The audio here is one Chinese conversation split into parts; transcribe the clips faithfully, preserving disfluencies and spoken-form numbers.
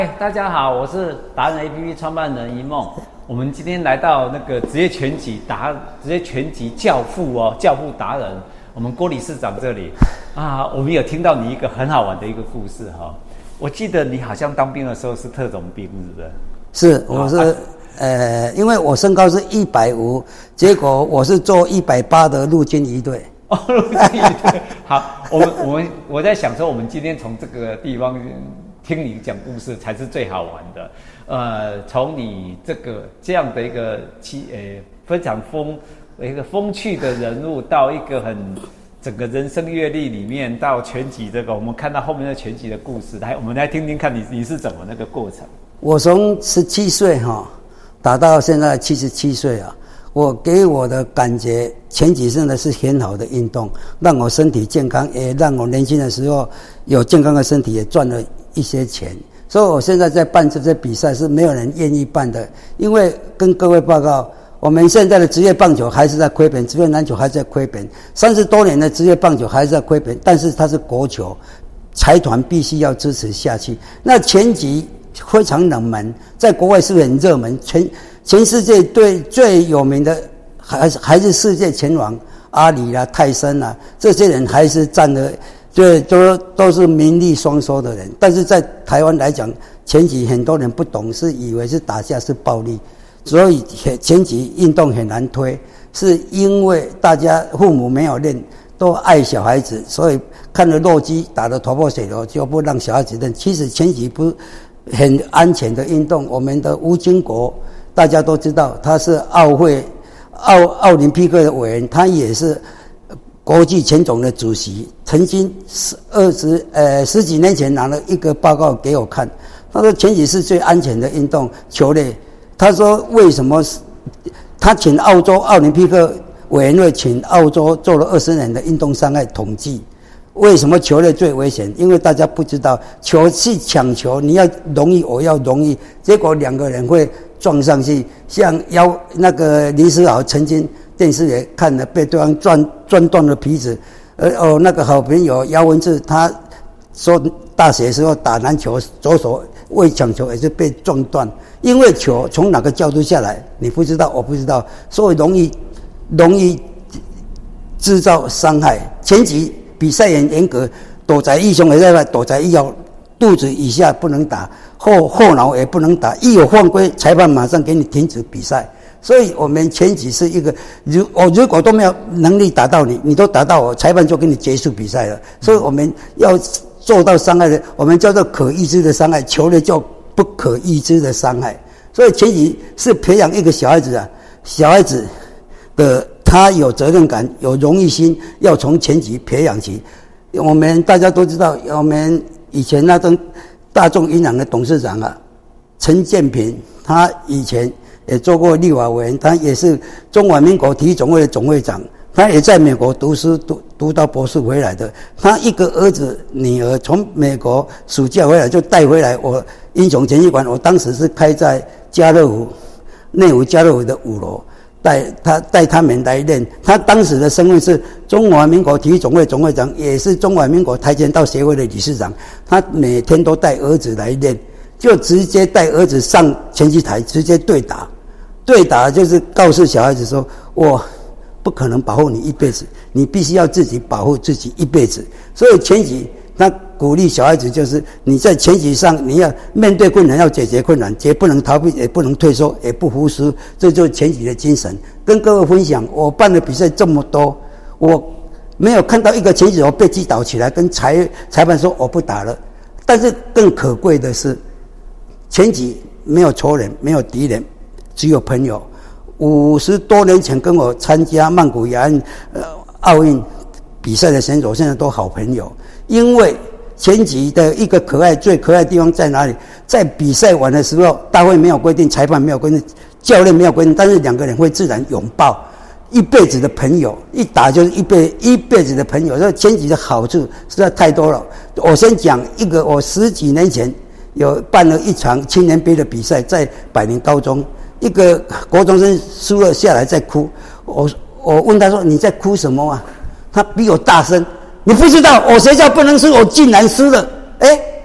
大家好，我是达人 A P P 创办人一梦。我们今天来到那个职业拳击达职业拳击教父哦，教父达人，我们郭理事长这里啊，我们有听到你一个很好玩的一个故事哈、哦。我记得你好像当兵的时候是特种兵，是不是？ 是，我是、啊、呃，因为我身高是一百五，结果我是做一百八的陆军仪队。 哦，陆军仪队。好，我们我们我在想说，我们今天从这个地方听你讲故事才是最好玩的。呃，从你这个这样的一个其呃非常风一个风趣的人物，到一个很整个人生阅历里面，到拳击这个，我们看到后面的拳击的故事，来，我们来听听看你你是怎么那个过程。 我从十七岁哈打到现在七十七岁啊，我给我的感觉，拳击真的是很好的运动，让我身体健康，也让我年轻的时候有健康的身体，也赚了一些钱。所以我现在在办这些比赛是没有人愿意办的，因为跟各位报告，我们现在的职业棒球还是在亏本，职业篮球还是在亏本，三十多年的职业棒球还是在亏本，但是它是国球，财团必须要支持下去。那拳击非常冷门，在国外是很热门，全全世界对最有名的还是还是世界拳王阿里啦、泰森啦，这些人还是占了。这都都是名利双收的人，但是在台湾来讲，拳击很多人不懂，是以为是打架是暴力，所以拳击运动很难推，是因为大家父母没有练，都爱小孩子，所以看了弱鸡打得头破血流，就不让小孩子练。其实拳击不很安全的运动，我们的吴金国大家都知道，他是奥会奥奥林匹克的委员，他也是国际拳总的主席，曾经二十呃十几年前拿了一个报告给我看，他说拳击是最安全的运动球类。他说为什么？他请澳洲奥林匹克委员会请澳洲做了二十年的运动伤害统计，为什么球类最危险？因为大家不知道，球是抢球，你要容易，我要容易，结果两个人会撞上去，像姚那个林书豪曾经。电视也看了，被对方钻钻断了皮子。而哦，那个好朋友姚文智，他说大学时候打篮球，左手为抢球也是被撞断，因为球从哪个角度下来，你不知道，我不知道，所以容易容易制造伤害。前期比赛很严格，躲在一胸也在那，躲在一腰，肚子以下不能打，后后脑也不能打，一有犯规，裁判马上给你停止比赛。所以我们拳击是一个，如我如果都没有能力打到你，你都打到我，裁判就给你结束比赛了。所以我们要做到伤害的，我们叫做可抑制的伤害，球类叫不可抑制的伤害。所以拳击是培养一个小孩子啊，小孩子的他有责任感、有荣誉心，要从拳击培养起。我们大家都知道，我们以前那种大众银行的董事长啊，陈建平，他以前也做过立法委员，他也是中华民国体育总会的总会长，他也在美国读书，读读到博士回来的。他一个儿子女儿从美国暑假回来就带回来我英雄拳击馆，我当时是开在家乐福内湖家乐福的五楼，带他带他们来练。他当时的身份是中华民国体育总会总会长，也是中华民国跆拳道协会的理事长。他每天都带儿子来练，就直接带儿子上拳击台直接对打。对打就是告诉小孩子说，我不可能保护你一辈子，你必须要自己保护自己一辈子。所以拳击他鼓励小孩子，就是你在拳击上你要面对困难要解决困难，绝不能逃避，也不能退缩，也不服输，这就是拳击的精神。跟各位分享，我办的比赛这么多，我没有看到一个拳击手被击倒起来跟裁裁判说我不打了。但是更可贵的是，拳击没有仇人，没有敌人，只有朋友。五十多年前跟我参加曼谷亚运呃奥运比赛的选手，现在都好朋友。因为拳击的一个可爱，最可爱的地方在哪里？在比赛完的时候，大会没有规定，裁判没有规定，教练没有规定，但是两个人会自然拥抱，一辈子的朋友，一打就是一辈一辈子的朋友。所以拳击的好处实在太多了。我先讲一个，我十几年前有办了一场青年杯的比赛，在百年高中。一个国中生输了下来在哭，我我问他说你在哭什么啊？他比我大声，你不知道我学校不能输，我竟然输了。哎，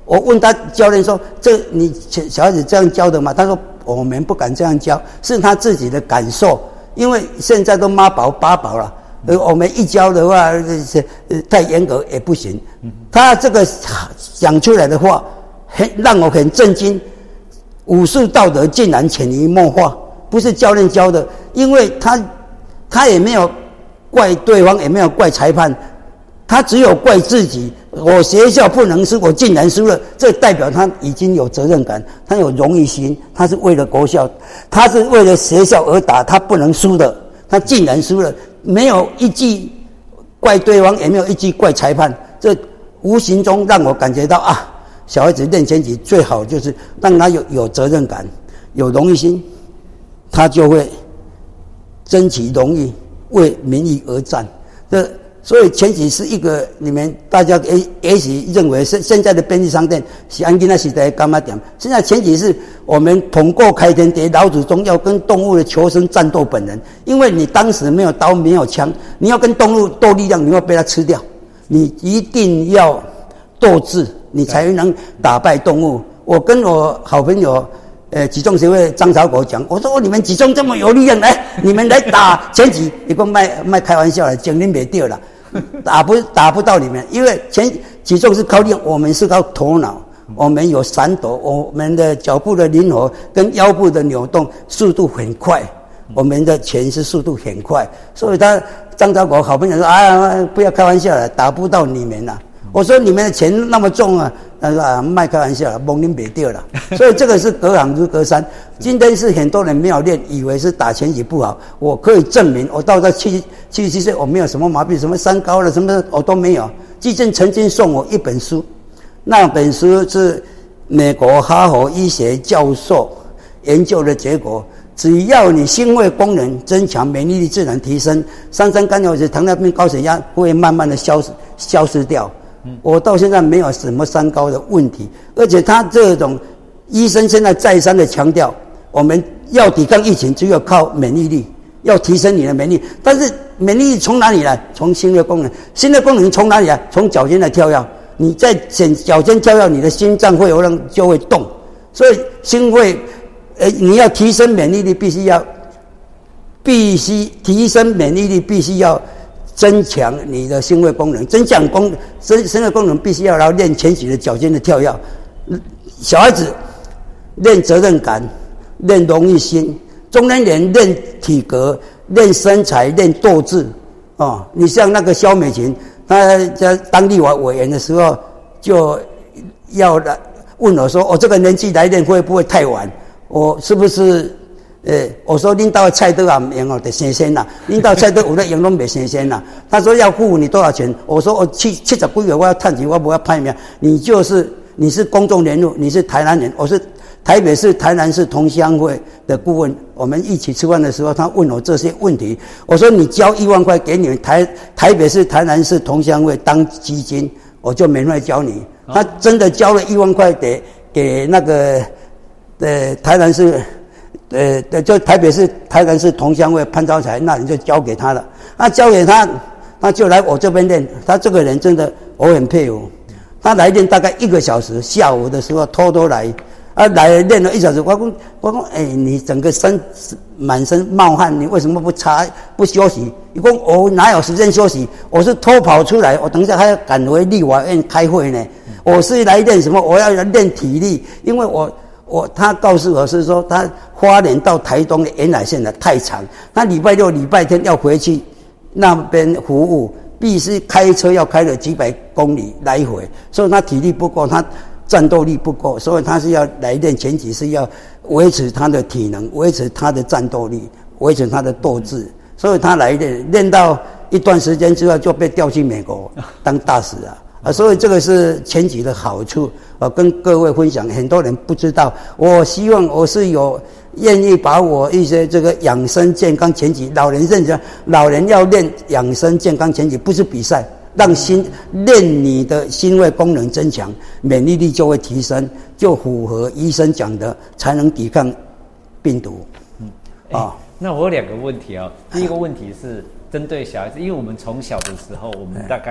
我问他教练说：“这你小孩子这样教的吗？”他说：“我们不敢这样教，是他自己的感受。因为现在都妈宝八宝了，呃，我们一教的话，呃，太严格也不行。他这个讲出来的话，很让我很震惊。武术道德竟然潜移默化，不是教练教的，因为他他也没有怪对方，也没有怪裁判。”他只有怪自己，我学校不能输，我竟然输了，这代表他已经有责任感，他有荣誉心，他是为了国校，他是为了学校而打，他不能输的，他竟然输了，没有一句怪对方，也没有一句怪裁判，这无形中让我感觉到啊，小孩子练拳击最好就是让他有有责任感，有荣誉心，他就会争取荣誉，为名誉而战，这。所以拳击是一个你们大家也也许认为是现在的便利商店是安吉那时代干嘛点？现在拳击是我们统过开天碟，老祖宗要跟动物的求生战斗本能，因为你当时没有刀没有枪，你要跟动物斗力量，你会被它吃掉，你一定要斗志，你才能打败动物。我跟我好朋友。呃，举重协会张朝国讲，我说你们举重这么有力量，来，你们来打拳击，你给我卖卖开玩笑了，精力没掉了，打不打不到你们，因为拳举重是靠力量，我们是靠头脑，我们有闪躲，我们的脚步的灵活跟腰部的扭动速度很快，我们的拳是速度很快，所以他张朝国好朋友说啊，不要开玩笑了，打不到你们了。我说你们的钱那么重啊，他说啊，卖开玩笑了，蒙您别掉了。所以这个是隔行如隔山。今天是很多人没有练，以为是打拳击不好。我可以证明，我到这七七十七岁，我没有什么毛病，什么三高了，什么我都没有。季正曾经送我一本书，那本书是美国哈佛医学教授研究的结果。只要你心肺功能增强，免疫力自然提升，三酸甘油酯、糖尿病、高血压会慢慢的消失消失掉。我到现在没有什么三高的问题，而且他这种医生现在再三的强调，我们要抵抗疫情，只有靠免疫力，要提升你的免疫力。但是免疫力从哪里来？从心肺功能。心肺功能从哪里来？从脚尖的跳跃。你在脚尖跳跃，你的心脏会有让就会动，所以心肺，呃，你要提升免疫力，必须要必须提升免疫力，必须要。增强你的心肺功能，增强功心心肺功能必须要来练前举的脚尖的跳跃。小孩子练责任感，练荣誉心；中年人练体格，练身材，练斗志。哦，你像那个萧美琴，她在当立法委员的时候，就要来问我说：“我、哦、这个年纪来练会不会太晚？我是不是？”诶，我说恁到菜刀也唔用哦，得新鲜啦。恁到菜刀有得用拢袂新鲜啦。他说要付你多少钱？我说我七七十几个我要趁钱，我不要派名。你就是你是公众人物，你是台南人，我是台北市台南市同乡会的顾问。我们一起吃饭的时候，他问我这些问题。我说你交一万块给你们台台北市台南市同乡会当基金，我就免费教你。他真的交了一万块给给那个呃台南市。呃，就台北市台南市同乡会潘昭才，那你就交给他了。那交给他，他就来我这边练。他这个人真的我很佩服。他来练大概一个小时，下午的时候偷偷来，啊，来练了一小时。我说我说，哎，你整个身满身冒汗，你为什么不擦不休息？你说我哪有时间休息？我是偷跑出来，我等一下还要赶回立法院开会呢。我是来练什么？我要练体力，因为我。我他告诉我是说，他花莲到台东的沿海线的太长，他礼拜六、礼拜天要回去那边服务，必须开车要开了几百公里来回，所以他体力不够，他战斗力不够，所以他是要来练拳击，是要维持他的体能，维持他的战斗力，维持他的斗志，所以他来练，练到一段时间之后就被调去美国当大使啊。啊，所以这个是拳击的好处，我跟各位分享，很多人不知道。我希望我是有愿意把我一些这个养生健康拳击，老人认真，老人要练养生健康拳击，不是比赛，让心练你的心肺功能增强，免疫力就会提升，就符合医生讲的，才能抵抗病毒。 嗯，啊、哦，那我有两个问题啊、哦。第一个问题是针对小孩子，因为我们从小的时候，我们大概。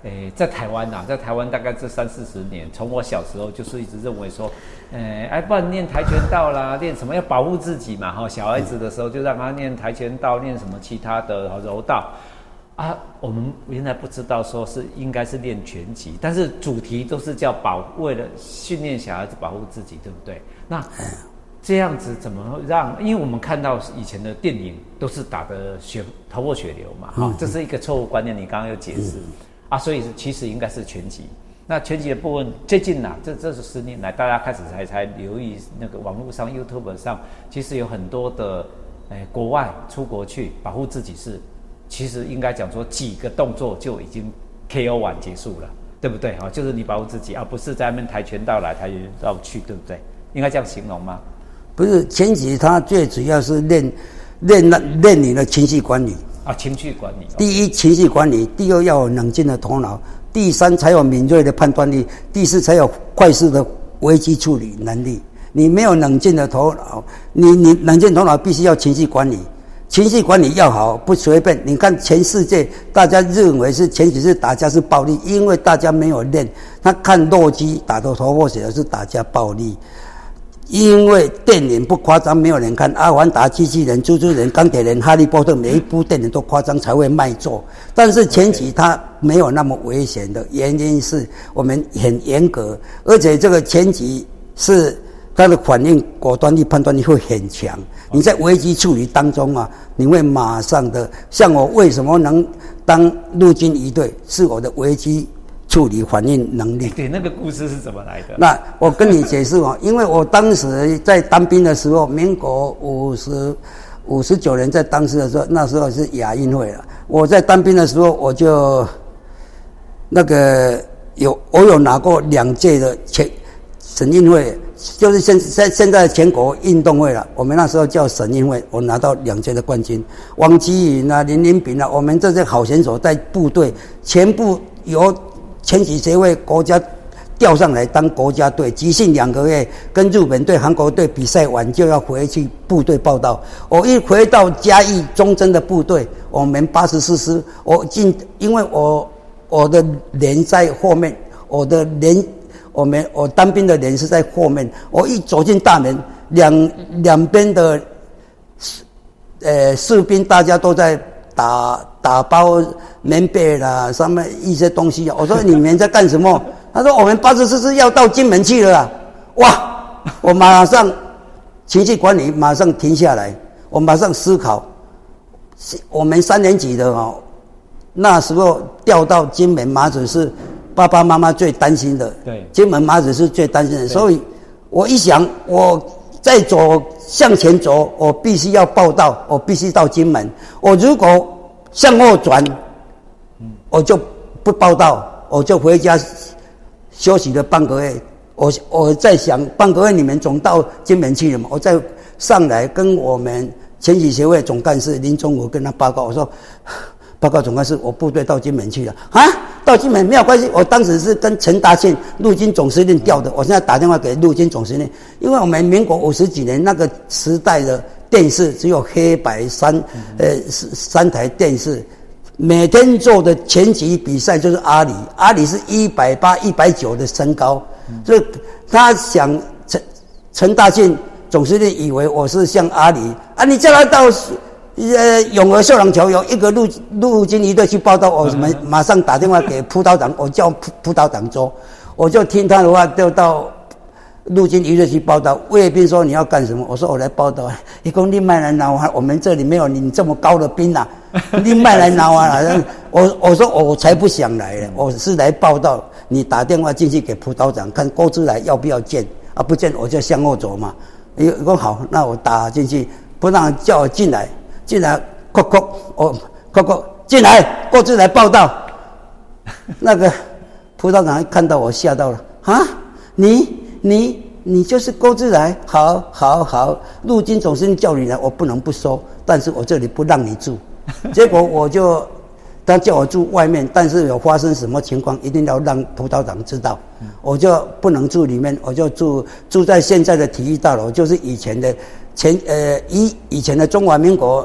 诶，在台湾呐，在台湾大概这三四十年，从我小时候就是一直认为说，诶，哎，不然练跆拳道啦，练什么要保护自己嘛，哈，小孩子的时候就让他练跆拳道，练什么其他的柔道，啊，我们原来不知道说是应该是练拳击，但是主题都是叫保，为了训练小孩子保护自己，对不对？那这样子怎么让？因为我们看到以前的电影都是打的血头破血流嘛，哈、嗯，这是一个错误观念，你刚刚有解释。嗯啊，所以其实应该是拳击。那拳击的部分最近呐、啊，这这是十年来大家开始才才留意那个网络上 YouTube 上，其实有很多的，诶，国外出国去保护自己是，其实应该讲说几个动作就已经 K O 完结束了，对不对？哈、哦，就是你保护自己，而不是在那边跆拳道来跆拳道去，对不对？应该这样形容吗？ 不是，拳击它最主要是练练练你的情绪管理。 啊，情绪管理。 第一，情绪管理；第二，要有冷静的头脑；第三，才有敏锐的判断力；第四，才有快速的危机处理能力。你没有冷静的头脑，你你冷静头脑必须要情绪管理，情绪管理要好，不随便。你看全世界，大家认为是拳击是打架是暴力，因为大家没有练。他看洛基打得头破血流是打架暴力。因为电影不夸张，没有人看。阿凡达、机器人、蜘蛛人、钢铁人、哈利波特，每一部电影都夸张才会卖座。但是拳击它没有那么危险的原因是我们很严格，而且这个拳击是它的反应果断力、判断力会很强。你在危机处理当中啊，你会马上的。像我为什么能当陆军仪队，是我的危机处理反应能力。 对，那个故事是怎么来的？ 那我跟你解释哦，因为我当时在当兵的时候，民国五十五十九年在当时的时候，那时候是亚运会了。我在当兵的时候，我就那个有我有拿过两届的全省运会，就是现在现在全国运动会了。我们那时候叫省运会，我拿到两届的冠军。王基云啊、林林炳啊，我们这些好选手在部队全部由拳击协会国家调上来当国家队，集训两个月，跟日本队、韩国队比赛完就要回去部队报道。我一回到嘉义忠贞的部队，我们八十四师，我进，因为我我的连在后面，我的连我们我当兵的连是在后面，我一走进大门，两两边的呃士兵大家都在打打包棉被啦，上面一些东西啊。我说你们在干什么？他说我们八十四师要到金门去了啊！哇！我马上情绪管理马上停下来，我马上思考。我们三年级的哦，那时候调到金门马祖是爸爸妈妈最担心的。 对， 金门马祖是最担心的，所以我一想，我再走向前走，我必须要报到，我必须到金门。我如果向后转，我就不报到，我就回家休息了半个月。我我在想，半个月你们总到金门去了嘛？我再上来跟我们拳击协会总干事林宗武跟他报告，我说报告总干事，我部队到金门去了啊！到金门没有关系，我当时是跟陈达宪陆军总司令调的，我现在打电话给陆军总司令，因为我们民国五十几年那个时代的电视只有黑白三呃三台电视。每天做的拳击比赛就是阿里，阿里是一百八、一百九的身高，所以他想陈陈大庆总司令以为我是像阿里啊，你叫他到呃永和秀朗桥有一个陆陆军一队去报道，我们马上打电话给副导长，我叫副副导长做，我就听他的话，就到陆军一队去报道。卫兵说你要干什么？我说我来报道。你说你卖来拿啊，我们这里没有你这么高的兵啊。你卖来拿啊！我我说我才不想来呢，我是来报道。你打电话进去给副导长看郭志来要不要见啊？不见我就向后走嘛。你说好，那我打进去，不让叫我进来，进来，叩叩，我叩叩进来，郭志来报道。那个副导长看到我吓到了啊！你你你就是郭志来，好好好，陆军总司令叫你来，我不能不收，但是我这里不让你住。结果我就，他叫我住外面，但是有发生什么情况，一定要让副导长知道，我就不能住里面，我就住住在现在的体育大楼，就是以前的前呃以以前的中华民国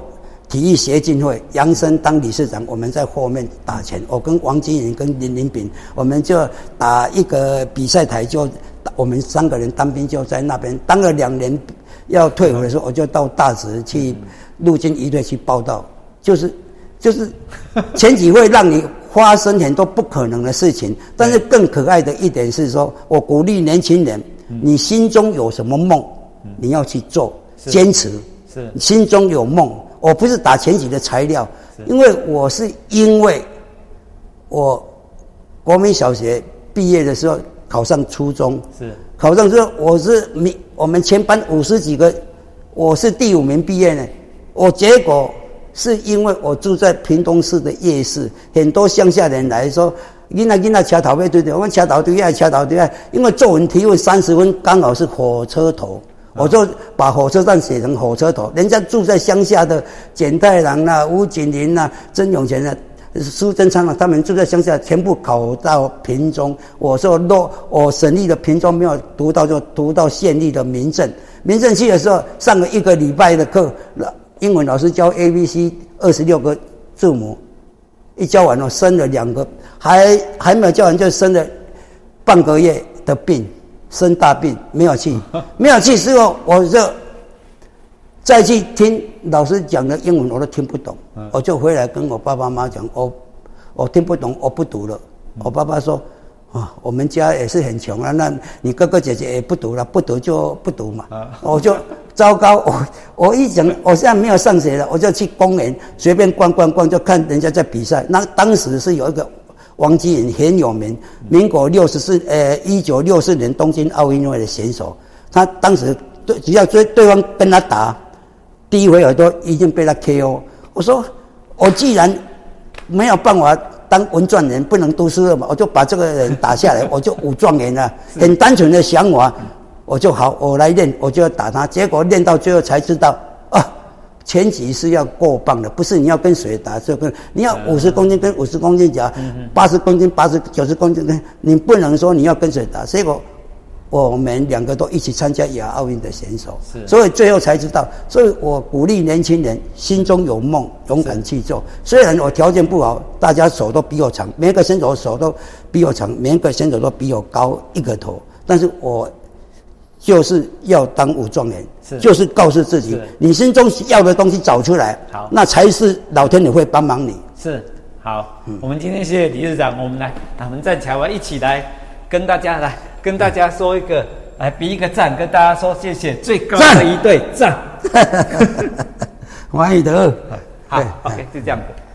体育协进会，杨生当理事长，我们在后面打钱。我跟王金仁跟林林炳，我们就打一个比赛台就，我们三个人当兵就在那边当了两年，要退回的时候，我就到大直去陆军一队去报道，就是就是前几会让你发生很多不可能的事情，但是更可爱的一点是说，我鼓励年轻人，你心中有什么梦，你要去做，坚持， 是心中有梦。我不是打前几的材料，因为我是因为我国民小学毕业的时候考上初中， 是考上之后我是名我们全班五十几个，我是第五名毕业呢。我结果是因为我住在屏东市的夜市，很多乡下人来说，囡仔囡仔车头要对对，我们车头对啊，车头对啊，因为作文提问三十分刚好是火车头。我就把火车站写成火车头，人家住在乡下的简太郎啦、吴景林啦、曾永泉啦、苏贞昌啦，他们住在乡下，全部考到屏中。我说落我省立的屏中没有读到，就读到县立的民政。民政去的时候上了一个礼拜的课，英文老师教 A B C 二十六个字母，一教完了生了两个，还还没有教完就生了半个月的病。生大病没有去，没有去之后，我就再去听老师讲的英文，我都听不懂，嗯、我就回来跟我爸爸妈妈讲，我我听不懂，我不读了。嗯、我爸爸说，啊，我们家也是很穷啊，那你哥哥姐姐也不读了，不读就不读嘛。啊、我就糟糕，我我一讲，我现在没有上学了，我就去公园随便逛逛逛，就看人家在比赛。那当时是有一个。王基仁很有名，民国六十四呃一九六四年东京奥运会的选手，他当时对只要对对方跟他打，第一回合都已经被他 K O。我说我既然没有办法当文状元，不能读书了嘛，我就把这个人打下来，我就武状元了。很单纯的想法，我就好，我来练，我就要打他。结果练到最后才知道啊。前级是要过磅的，不是你要跟谁打，就跟你要五十公斤跟五十公斤打，八十公斤八十九十公斤跟，你不能说你要跟谁打。结果我们两个都一起参加亚奥运的选手，所以最后才知道。所以我鼓励年轻人心中有梦，勇敢去做。虽然我条件不好，大家手都比我长，每个选手手都比我长，每个选手都比我高一个头，但是我就是要当武状元。就是告诉自己，你心中要的东西找出来，好，那才是老天爷会帮忙你。 是，好，嗯、我们今天谢谢理事长，我们来，我们站起来，一起来跟大家来跟大家说一个，来比一个赞，跟大家说谢谢最高的一队赞。 欢迎的， 好 ，OK， 就这样子。